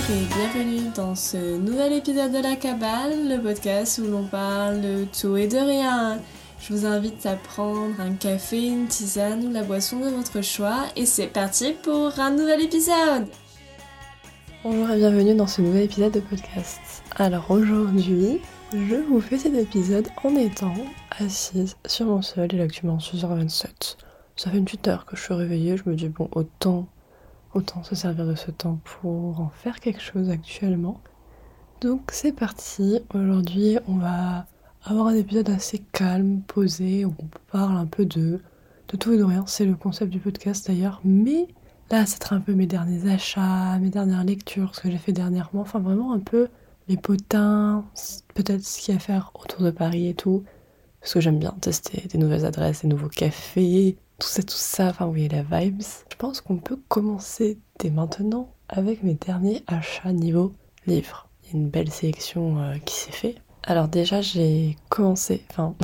et bienvenue dans ce nouvel épisode de La Cabale, le podcast où l'on parle de tout et de rien. Je vous invite à prendre un café, une tisane ou la boisson de votre choix et c'est parti pour un nouvel épisode. Bonjour et bienvenue dans ce nouvel épisode de podcast. Alors aujourd'hui, je vous fais cet épisode en étant assise sur mon sol, il est actuellement 6h27. Ça fait une petite heure que je suis réveillée, je me dis bon, autant se servir de ce temps pour en faire quelque chose actuellement. Donc c'est parti, aujourd'hui on va avoir un épisode assez calme, posé, où on parle un peu de tout et de rien, c'est le concept du podcast d'ailleurs, mais là ça sera un peu mes derniers achats, mes dernières lectures, ce que j'ai fait dernièrement, enfin vraiment un peu les potins, peut-être ce qu'il y a à faire autour de Paris et tout, parce que j'aime bien tester des nouvelles adresses, des nouveaux cafés, tout ça, enfin vous voyez la vibes. Je pense qu'on peut commencer dès maintenant avec mes derniers achats niveau livres. Il y a une belle sélection qui s'est faite. Alors déjà j'ai commencé.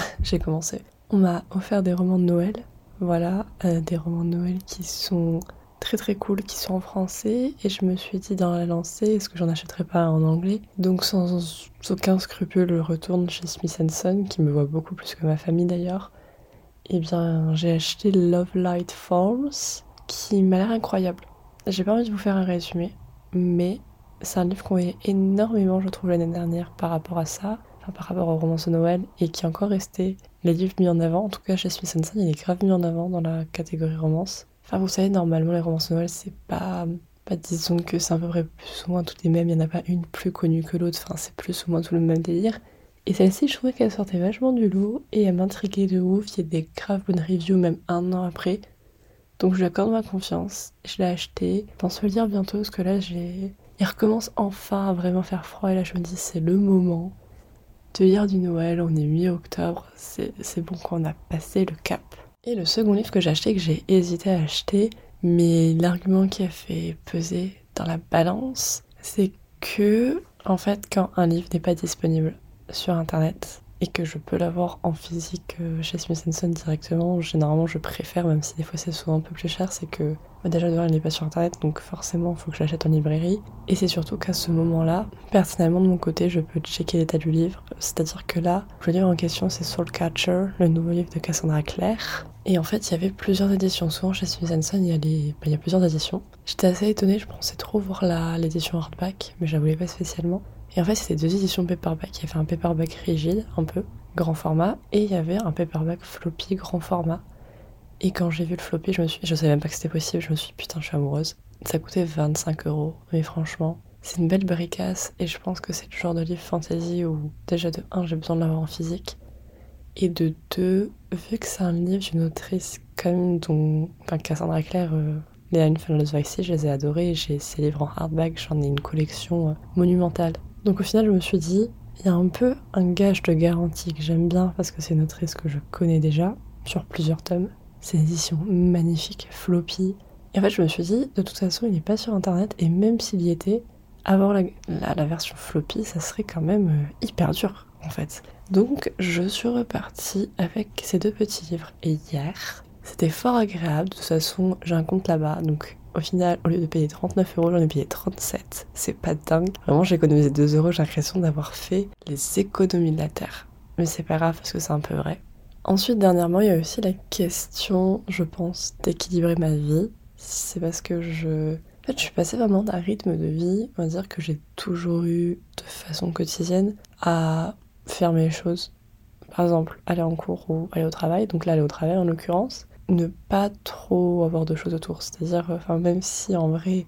On m'a offert des romans de Noël, voilà, des romans de Noël qui sont très très cool, qui sont en français, et je me suis dit dans la lancée, est-ce que j'en achèterais pas en anglais? Donc sans aucun scrupule, je retourne chez Smith & Son, qui me voit beaucoup plus que ma famille d'ailleurs. Eh bien, j'ai acheté Love Light Falls, qui m'a l'air incroyable. J'ai pas envie de vous faire un résumé, mais c'est un livre qu'on voyait énormément, je trouve, l'année dernière par rapport à ça, enfin par rapport aux romances de Noël, et qui est encore resté les livres mis en avant. En tout cas, chez Smith & Son, il est grave mis en avant dans la catégorie romance. Enfin, vous savez, normalement, les romances de Noël, c'est pas disons que c'est à peu près plus ou moins toutes les mêmes, il n'y en a pas une plus connue que l'autre, enfin, c'est plus ou moins tout le même délire. Et celle-ci, je trouvais qu'elle sortait vachement du lot et elle m'intriguait de ouf. Il y a des graves bonnes reviews, même un an après. Donc je lui accorde ma confiance. Je l'ai acheté. Je pense le lire bientôt parce que là, il recommence enfin à vraiment faire froid. Et là, je me dis, c'est le moment de lire du Noël. On est mi-octobre. C'est bon qu'on a passé le cap. Et le second livre que j'ai acheté, que j'ai hésité à acheter, mais l'argument qui a fait peser dans la balance, c'est que, en fait, quand un livre n'est pas disponible sur internet et que je peux l'avoir en physique chez Smith & Son directement, généralement je préfère, même si des fois c'est souvent un peu plus cher, c'est que déjà de voir il n'est pas sur internet, donc forcément il faut que je l'achète en librairie, et c'est surtout qu'à ce moment-là, personnellement de mon côté, je peux checker l'état du livre, c'est-à-dire que là, le livre en question c'est Soulcatcher, le nouveau livre de Cassandra Clare, et en fait il y avait plusieurs éditions, souvent chez Smith & Son il y a plusieurs éditions. J'étais assez étonnée, je pensais trop voir l'édition hardback, mais je la voulais pas spécialement. Et en fait, c'était deux éditions paperback. Il y avait un paperback rigide, un peu, grand format, et il y avait un paperback floppy, grand format. Et quand j'ai vu le floppy, je savais même pas que c'était possible, je me suis dit, putain, je suis amoureuse. Ça coûtait 25€, mais franchement, c'est une belle bricasse, et je pense que c'est le genre de livre fantasy où, déjà de 1, j'ai besoin de l'avoir en physique, et de 2, vu que c'est un livre d'une autrice comme Cassandra Clare, Léa une Fabulous Vice, je les ai adorés, j'ai ces livres en hardback, j'en ai une collection monumentale. Donc au final, je me suis dit, il y a un peu un gage de garantie que j'aime bien parce que c'est une autrice que je connais déjà, sur plusieurs tomes. C'est une édition magnifique, floppy. Et en fait, je me suis dit, de toute façon, il n'est pas sur internet, et même s'il y était, avoir la version floppy, ça serait quand même hyper dur, en fait. Donc, je suis repartie avec ces deux petits livres. Et hier, c'était fort agréable. De toute façon, j'ai un compte là-bas, donc au final, au lieu de payer 39€, j'en ai payé 37. C'est pas dingue. Vraiment, j'ai économisé 2€, j'ai l'impression d'avoir fait les économies de la Terre. Mais c'est pas grave parce que c'est un peu vrai. Ensuite, dernièrement, il y a aussi la question, je pense, d'équilibrer ma vie. C'est parce que je suis passée vraiment d'un rythme de vie, on va dire que j'ai toujours eu de façon quotidienne à faire mes choses. Par exemple, aller en cours ou aller au travail. Donc là, aller au travail en l'occurrence. Ne pas trop avoir de choses autour. C'est-à-dire, même si en vrai,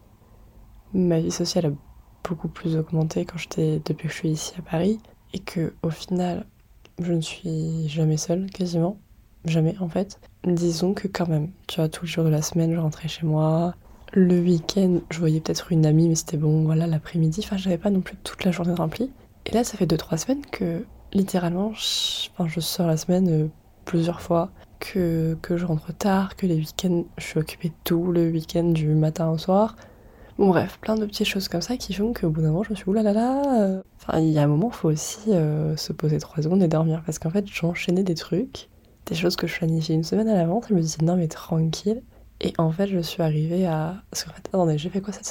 ma vie sociale a beaucoup plus augmenté depuis que je suis ici à Paris, et que au final, je ne suis jamais seule, quasiment. Jamais, en fait. Disons que quand même, tu vois, tous les jours de la semaine, je rentrais chez moi. Le week-end, je voyais peut-être une amie, mais c'était bon, voilà, l'après-midi. Enfin, j'avais pas non plus toute la journée remplie. Et là, ça fait 2-3 semaines que, littéralement, je sors la semaine plusieurs fois, que je rentre tard, que les week-ends, je suis occupée tout le week-end du matin au soir. Bon bref, plein de petites choses comme ça qui font qu'au bout d'un moment, je me suis dit, oulala, Enfin, il y a un moment, il faut aussi se poser 3 secondes et dormir, parce qu'en fait, j'enchaînais des trucs, des choses que je planifiais une semaine à l'avance, je me disais, non mais tranquille, et en fait, je suis arrivée à... Parce qu'en fait, attendez, j'ai fait quoi cette semaine ?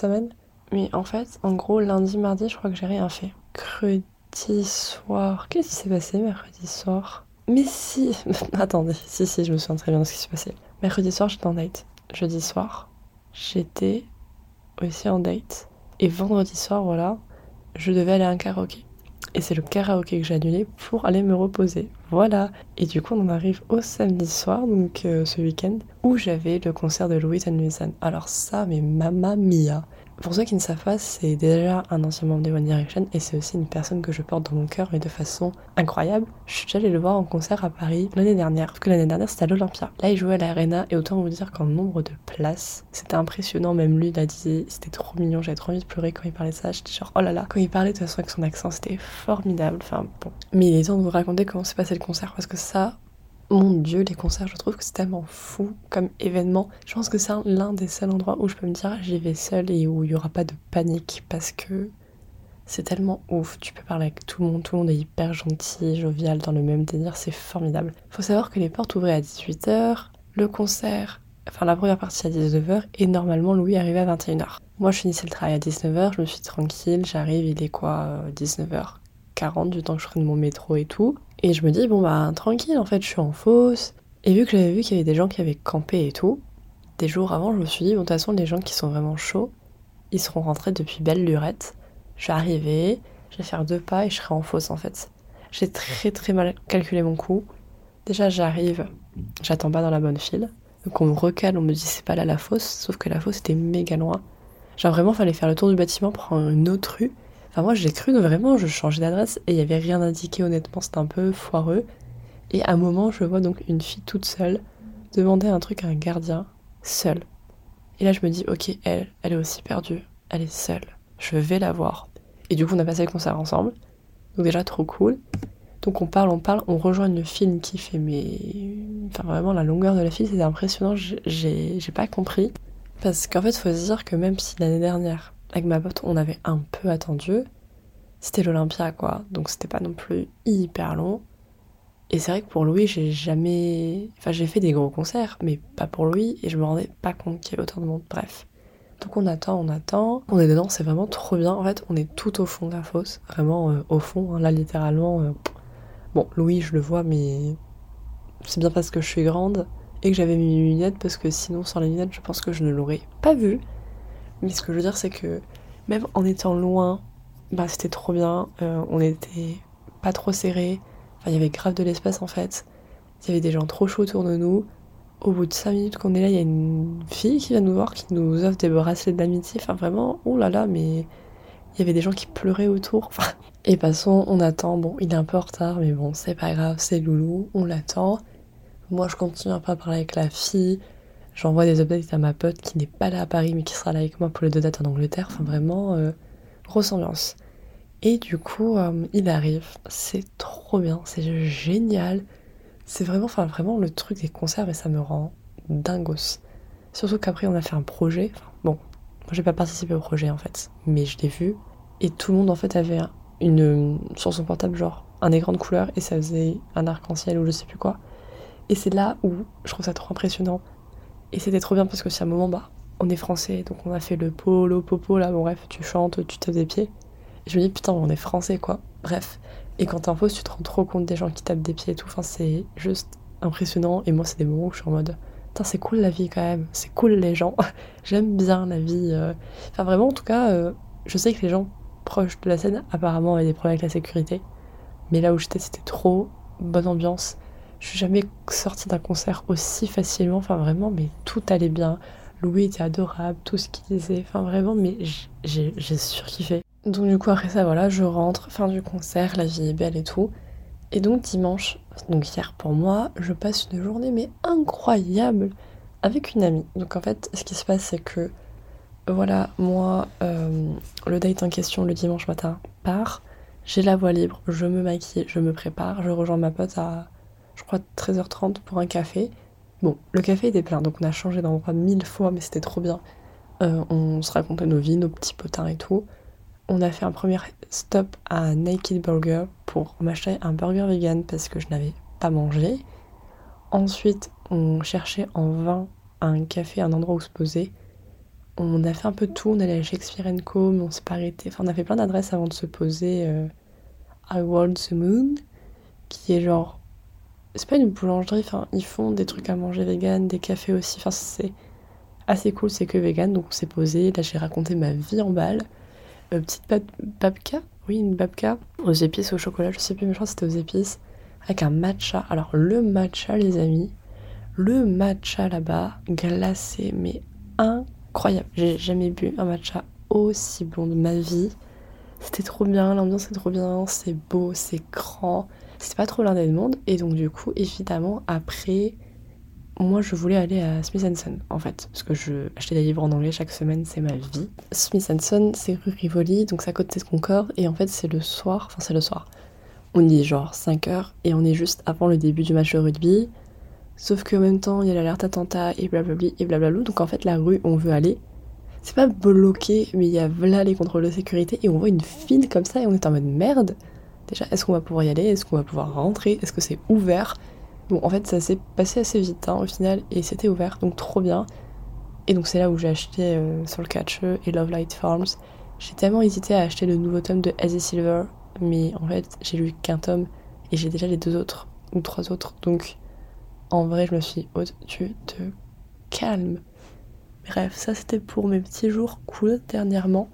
Mais en fait, en gros, lundi, mardi, je crois que j'ai rien fait. Mercredi soir... Qu'est-ce qui s'est passé mercredi soir? Mais si... Attendez, si, je me souviens très bien de ce qui s'est passé. Mercredi soir, j'étais en date. Jeudi soir, j'étais aussi en date. Et vendredi soir, voilà, je devais aller à un karaoké. Et c'est le karaoké que j'ai annulé pour aller me reposer. Voilà. Et du coup, on en arrive au samedi soir, donc ce week-end, où j'avais le concert de Louis Vuitton. Alors ça, mais mamma mia. Pour ceux qui ne savent pas, c'est déjà un ancien membre de One Direction et c'est aussi une personne que je porte dans mon cœur, mais de façon incroyable. Je suis déjà allée le voir en concert à Paris l'année dernière, parce que l'année dernière c'était à l'Olympia. Là, il jouait à l'Arena et autant vous dire qu'en nombre de places, c'était impressionnant. Même lui, il a dit, c'était trop mignon, j'avais trop envie de pleurer quand il parlait de ça. J'étais genre, oh là là. Quand il parlait de toute façon avec son accent, c'était formidable. Enfin bon. Mais il est temps de vous raconter comment s'est passé le concert, parce que ça, mon Dieu, les concerts, je trouve que c'est tellement fou comme événement. Je pense que c'est l'un des seuls endroits où je peux me dire j'y vais seule et où il n'y aura pas de panique parce que c'est tellement ouf. Tu peux parler avec tout le monde est hyper gentil, jovial, dans le même délire, c'est formidable. Faut savoir que les portes ouvraient à 18h, le concert, enfin la première partie à 19h et normalement Louis arrivait à 21h. Moi je finissais le travail à 19h, je me suis tranquille, j'arrive, il est quoi, 19h40 du temps que je prenne mon métro et tout. Et je me dis, bon bah tranquille, en fait je suis en fosse. Et vu que j'avais vu qu'il y avait des gens qui avaient campé et tout, des jours avant je me suis dit, bon de toute façon les gens qui sont vraiment chauds, ils seront rentrés depuis belle lurette. Je vais arriver, je vais faire 2 pas et je serai en fosse en fait. J'ai très mal calculé mon coup. Déjà j'arrive, j'attends pas dans la bonne file. Donc on me recale, on me dit c'est pas là la fosse, sauf que la fosse était méga loin. Genre vraiment fallait faire le tour du bâtiment, prendre une autre rue. Enfin moi j'ai cru, vraiment je changeais d'adresse et il y avait rien indiqué, honnêtement c'était un peu foireux. Et à un moment je vois donc une fille toute seule demander un truc à un gardien, seule. Et là je me dis ok, elle est aussi perdue, elle est seule, je vais la voir. Et du coup on a passé le concert ensemble, donc déjà trop cool. Donc on parle, on rejoint une file qui fait enfin vraiment la longueur de la file c'était impressionnant, j'ai pas compris. Parce qu'en fait faut se dire que même si l'année dernière avec ma pote on avait un peu attendu, c'était l'Olympia quoi, donc c'était pas non plus hyper long. Et c'est vrai que pour Louis j'ai fait des gros concerts, mais pas pour Louis, et je me rendais pas compte qu'il y avait autant de monde, bref. Donc on attend, on est dedans, c'est vraiment trop bien, en fait on est tout au fond de la fosse, vraiment au fond, hein, là littéralement. Bon Louis je le vois, mais c'est bien parce que je suis grande et que j'avais mis mes lunettes, parce que sinon sans les lunettes je pense que je ne l'aurais pas vu. Mais ce que je veux dire c'est que même en étant loin, bah c'était trop bien, on était pas trop serrés, enfin il y avait grave de l'espace en fait, il y avait des gens trop chauds autour de nous. Au bout de 5 minutes qu'on est là, il y a une fille qui vient nous voir, qui nous offre des bracelets d'amitié, enfin vraiment, oh là là, mais il y avait des gens qui pleuraient autour. Et passons, on attend, bon il est un peu en retard, mais bon c'est pas grave, c'est loulou, on l'attend. Moi je continue un peu à parler avec la fille, j'envoie des updates à ma pote qui n'est pas là à Paris mais qui sera là avec moi pour les 2 dates en Angleterre, enfin vraiment grosse ambiance. Et du coup il arrive, c'est trop bien, c'est génial, c'est vraiment le truc des concerts et ça me rend dingos. Surtout qu'après on a fait un projet, bon, moi j'ai pas participé au projet en fait, mais je l'ai vu et tout le monde en fait avait sur son portable genre un écran de couleur et ça faisait un arc-en-ciel ou je sais plus quoi. Et c'est là où je trouve ça trop impressionnant. Et c'était trop bien parce que c'est un moment, bah, on est français, donc on a fait le polo, popo, là, bon bref, tu chantes, tu tapes des pieds. Et je me dis, putain, on est français, quoi. Bref. Et quand t'es en pause, tu te rends trop compte des gens qui tapent des pieds et tout. Enfin, c'est juste impressionnant. Et moi, c'est des moments où je suis en mode, putain, c'est cool la vie quand même. C'est cool les gens. J'aime bien la vie. Enfin, vraiment, en tout cas, je sais que les gens proches de la scène, apparemment, avaient des problèmes avec la sécurité. Mais là où j'étais, c'était trop bonne ambiance. Je suis jamais sortie d'un concert aussi facilement, enfin vraiment, mais tout allait bien. Louis était adorable, tout ce qu'il disait, enfin vraiment, mais j'ai surkiffé. Donc du coup après ça, voilà, je rentre, fin du concert, la vie est belle et tout. Et donc dimanche, donc hier pour moi, je passe une journée mais incroyable avec une amie. Donc en fait, ce qui se passe, c'est que, voilà, moi, le date en question le dimanche matin part, j'ai la voie libre, je me maquille, je me prépare, je rejoins ma pote à, je crois, 13h30 pour un café. Bon, le café était plein, donc on a changé d'endroit 1000 fois, mais c'était trop bien. On se racontait nos vies, nos petits potins et tout. On a fait un premier stop à Naked Burger pour m'acheter un burger vegan parce que je n'avais pas mangé. Ensuite, on cherchait en vain un café, un endroit où se poser. On a fait un peu de tout, on allait à Shakespeare & Co, mais on s'est pas arrêté. Enfin, on a fait plein d'adresses avant de se poser à World the Moon, qui est genre... C'est pas une boulangerie, enfin, ils font des trucs à manger vegan, des cafés aussi, enfin, c'est assez cool, c'est que vegan, donc on s'est posé. Là, j'ai raconté ma vie en balle. Petite babka, oui, une babka, aux épices, au chocolat, je sais plus, mais je crois que c'était aux épices, avec un matcha. Alors, le matcha, les amis, le matcha là-bas, glacé, mais incroyable. J'ai jamais bu un matcha aussi bon de ma vie. C'était trop bien, l'ambiance est trop bien, c'est beau, c'est grand. C'était pas trop l'un du monde. Et donc du coup, évidemment, après, moi je voulais aller à Smith Son, en fait. Parce que je achetais des livres en anglais chaque semaine, c'est ma vie. Smith Son, c'est rue Rivoli, donc c'est à côté de Concorde. Et en fait, c'est le soir, enfin c'est le soir. On y est genre 5h et on est juste avant le début du match de rugby. Sauf qu'en même temps, il y a l'alerte attentat et blablabli et blablablou. Donc en fait, la rue où on veut aller, c'est pas bloqué, mais il y a là les contrôles de sécurité et on voit une file comme ça et on est en mode merde. Déjà, est-ce qu'on va pouvoir y aller? Est-ce qu'on va pouvoir rentrer? Est-ce que c'est ouvert? Bon, en fait, ça s'est passé assez vite au final et c'était ouvert, donc trop bien. Et donc c'est là où j'ai acheté Soul Catcher et Love Light Farms. J'ai tellement hésité à acheter le nouveau tome de Azzy Silver, mais en fait, j'ai lu qu'un tome et j'ai déjà les 2 autres ou 3 autres, donc en vrai, je me suis dit, oh, tu te calmes. Bref, ça c'était pour mes petits jours cool dernièrement.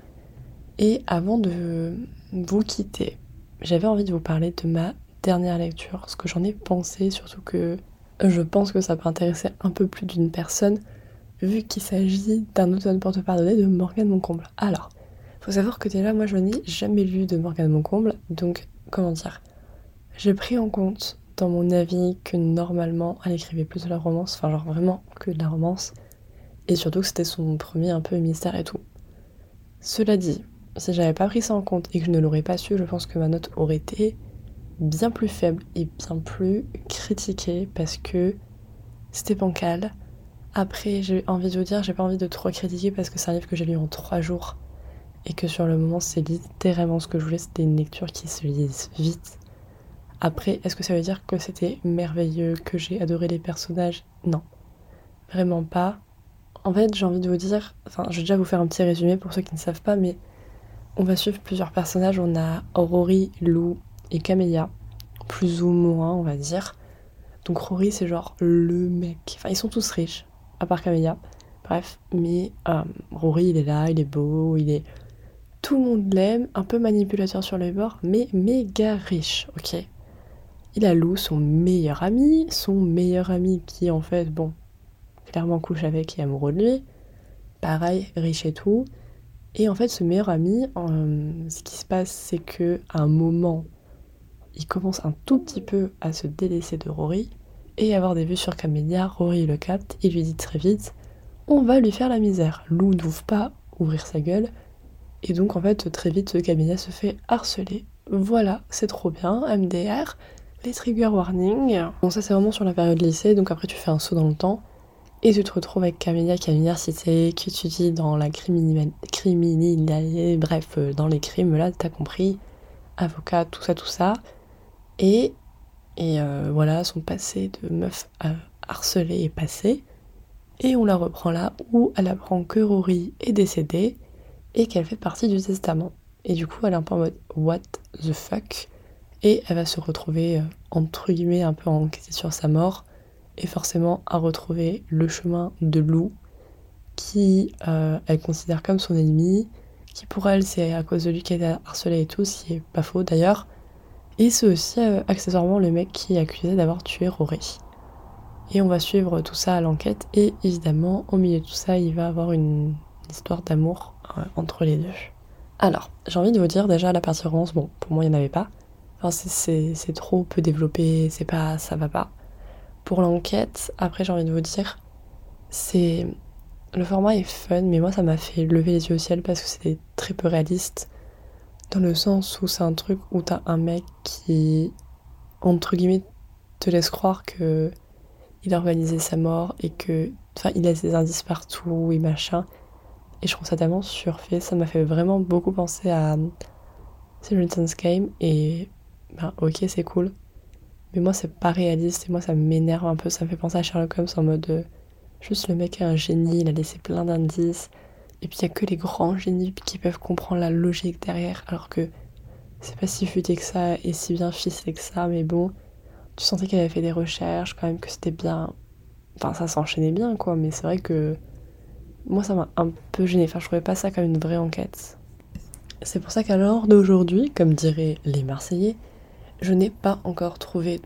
Et avant de vous quitter, j'avais envie de vous parler de ma dernière lecture, ce que j'en ai pensé, surtout que je pense que ça peut intéresser un peu plus d'une personne, vu qu'il s'agit d'un automne pour te pardonner de Morgane Moncomble. Alors, faut savoir que déjà, moi je n'ai jamais lu de Morgane Moncomble, donc comment dire, j'ai pris en compte dans mon avis que normalement elle écrivait plus de la romance, enfin genre vraiment que de la romance, et surtout que c'était son premier un peu mystère et tout. Cela dit, si j'avais pas pris ça en compte et que je ne l'aurais pas su, je pense que ma note aurait été bien plus faible et bien plus critiquée parce que c'était bancal. Après, j'ai envie de vous dire, j'ai pas envie de trop critiquer parce que c'est un livre que j'ai lu en 3 jours et que sur le moment, c'est littéralement ce que je voulais, c'était une lecture qui se lise vite. Après, est-ce que ça veut dire que c'était merveilleux, que j'ai adoré les personnages? Non, vraiment pas. En fait, j'ai envie de vous dire, enfin, je vais déjà vous faire un petit résumé pour ceux qui ne savent pas, mais on va suivre plusieurs personnages. On a Rory, Lou et Camélia, plus ou moins, on va dire. Donc Rory, c'est genre le mec. Enfin, ils sont tous riches, à part Camélia. Bref, mais Rory, il est là, il est beau, il est... Tout le monde l'aime, un peu manipulateur sur les bords, mais méga riche, ok? Il a Lou, son meilleur ami qui, en fait, bon, clairement couche avec et est amoureux de lui. Pareil, riche et tout. Et en fait, ce meilleur ami, ce qui se passe, c'est que à un moment, il commence un tout petit peu à se délaisser de Rory et avoir des vues sur Camélia. Rory le capte, il lui dit très vite, on va lui faire la misère. Lou n'ouvre pas ouvrir sa gueule. Et donc, en fait, très vite, Camélia se fait harceler. Voilà, c'est trop bien, MDR, les trigger warnings. Bon, ça, c'est vraiment sur la période lycée, donc après, tu fais un saut dans le temps. Et tu te retrouves avec Camélia qui est à l'université, qui étudie dans la criminalité, bref, dans les crimes, là, t'as compris, avocat, tout ça. Et voilà, son passé de meuf harcelée est passé. Et on la reprend là, où elle apprend que Rory est décédé et qu'elle fait partie du testament. Et du coup, elle est un peu en mode « what the fuck ?» Et elle va se retrouver, entre guillemets, un peu enquêtée sur sa mort, et forcément à retrouver le chemin de Lou, qui elle considère comme son ennemi, qui pour elle c'est à cause de lui qu'elle a harcelé et tout, ce qui est pas faux d'ailleurs. Et c'est aussi accessoirement le mec qui est accusé d'avoir tué Rory. Et on va suivre tout ça à l'enquête, et évidemment au milieu de tout ça il va avoir une histoire d'amour entre les deux. Alors, j'ai envie de vous dire déjà la partie romance, bon pour moi il n'y en avait pas. Enfin c'est trop peu développé, c'est pas, ça va pas. Pour l'enquête, après j'ai envie de vous dire, c'est... Le format est fun, mais moi ça m'a fait lever les yeux au ciel parce que c'est très peu réaliste. Dans le sens où c'est un truc où t'as un mec qui, entre guillemets, te laisse croire que il a organisé sa mort et que... Enfin, il laisse des indices partout et machin. Et je trouve ça tellement surfait. Ça m'a fait vraiment beaucoup penser à Simultaneous Game. Et ben ok, c'est cool. Mais moi, c'est pas réaliste et moi, ça m'énerve un peu. Ça me fait penser à Sherlock Holmes en mode juste le mec est un génie, il a laissé plein d'indices. Et puis il y a que les grands génies qui peuvent comprendre la logique derrière, alors que c'est pas si futé que ça et si bien ficelé que ça, mais bon, tu sentais qu'elle avait fait des recherches, quand même que c'était bien... Enfin, ça s'enchaînait bien, quoi, mais c'est vrai que moi, ça m'a un peu gênée. Enfin, je trouvais pas ça comme une vraie enquête. C'est pour ça qu'à l'heure d'aujourd'hui, comme diraient les Marseillais, je n'ai pas encore trouvé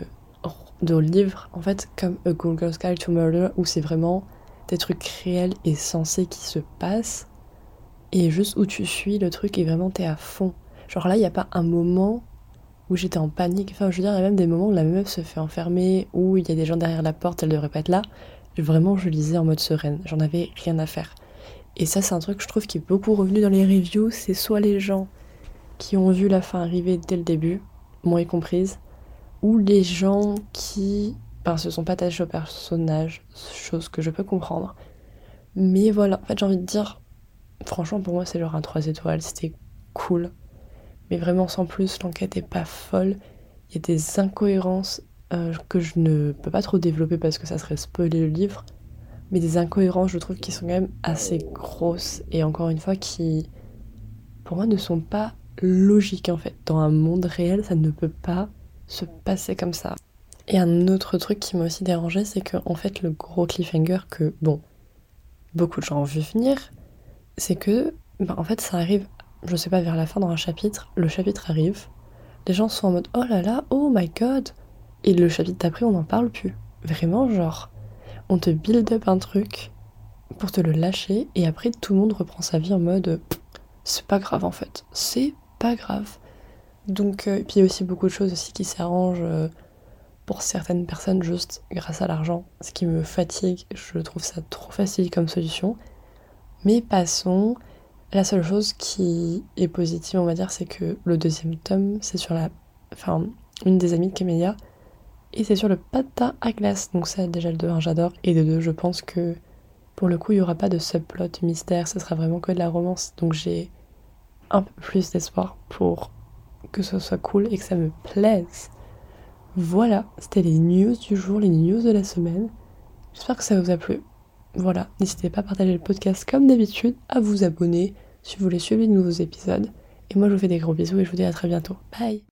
de livre, en fait, comme A Girl's Guide to Murder, où c'est vraiment des trucs réels et sensés qui se passent, et juste où tu suis le truc et vraiment t'es à fond. Genre là, il n'y a pas un moment où j'étais en panique. Enfin, je veux dire, il y a même des moments où la meuf se fait enfermer, où il y a des gens derrière la porte, elle devrait pas être là. Vraiment, je lisais en mode sereine. J'en avais rien à faire. Et ça, c'est un truc que je trouve qui est beaucoup revenu dans les reviews. C'est soit les gens qui ont vu la fin arriver dès le début, moi y comprise, ou les gens qui se sont pas attachés au personnage, chose que je peux comprendre. Mais voilà, en fait, j'ai envie de dire, franchement, pour moi, c'est genre un 3 étoiles. C'était cool. Mais vraiment, sans plus, l'enquête est pas folle. Il y a des incohérences que je ne peux pas trop développer parce que ça serait spoiler le livre. Mais des incohérences, je trouve, qui sont quand même assez grosses. Et encore une fois, qui, pour moi, ne sont pas logiques, en fait. Dans un monde réel, ça ne peut pas se passer comme ça. Et un autre truc qui m'a aussi dérangé, c'est que, en fait, le gros cliffhanger que, bon, beaucoup de gens ont vu venir, c'est que, en fait, ça arrive, je sais pas, vers la fin dans un chapitre, le chapitre arrive, les gens sont en mode oh là là, oh my god, et le chapitre d'après, on n'en parle plus. Vraiment, genre, on te build up un truc pour te le lâcher, et après, tout le monde reprend sa vie en mode c'est pas grave en fait, c'est pas grave. Donc, et puis il y a aussi beaucoup de choses aussi qui s'arrangent pour certaines personnes juste grâce à l'argent, ce qui me fatigue, je trouve ça trop facile comme solution. Mais passons. La seule chose qui est positive, on va dire, c'est que le deuxième tome, c'est sur une des amies de Camélia, et c'est sur le patin à glace. Donc ça, déjà, le 2, j'adore. Et de 2, je pense que, pour le coup, il n'y aura pas de subplot mystère, ce sera vraiment que de la romance. Donc j'ai un peu plus d'espoir pour que ce soit cool et que ça me plaise. Voilà, c'était les news du jour, les news de la semaine. J'espère que ça vous a plu. Voilà, n'hésitez pas à partager le podcast comme d'habitude, à vous abonner si vous voulez suivre les nouveaux épisodes. Et moi je vous fais des gros bisous et je vous dis à très bientôt. Bye!